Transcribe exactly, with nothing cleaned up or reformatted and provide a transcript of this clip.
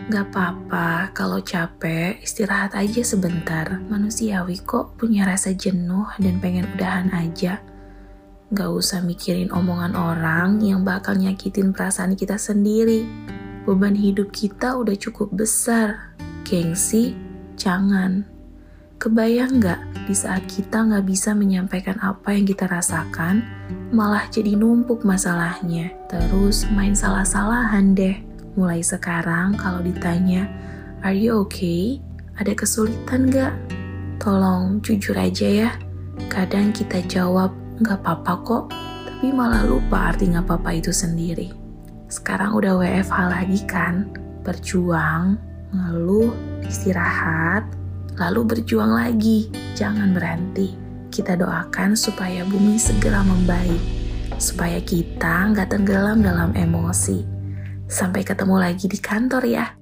Gak apa-apa kalau capek, istirahat aja sebentar. Manusiawi kok punya rasa jenuh dan pengen udahan aja. Gak usah mikirin omongan orang yang bakal nyakitin perasaan kita sendiri. Beban hidup kita udah cukup besar. Gengsi, jangan. Kebayang gak di saat kita gak bisa menyampaikan apa yang kita rasakan, malah jadi numpuk masalahnya. Terus main salah-salahan deh. Mulai sekarang kalau ditanya, "Are you okay? Ada kesulitan gak?" Tolong jujur aja ya. Kadang kita jawab, "Gak apa-apa kok," tapi malah lupa arti gak apa-apa itu sendiri. Sekarang udah W F H lagi kan? Berjuang, ngeluh, istirahat, lalu berjuang lagi. Jangan berhenti. Kita doakan supaya bumi segera membaik, supaya kita gak tenggelam dalam emosi. Sampai ketemu lagi di kantor ya.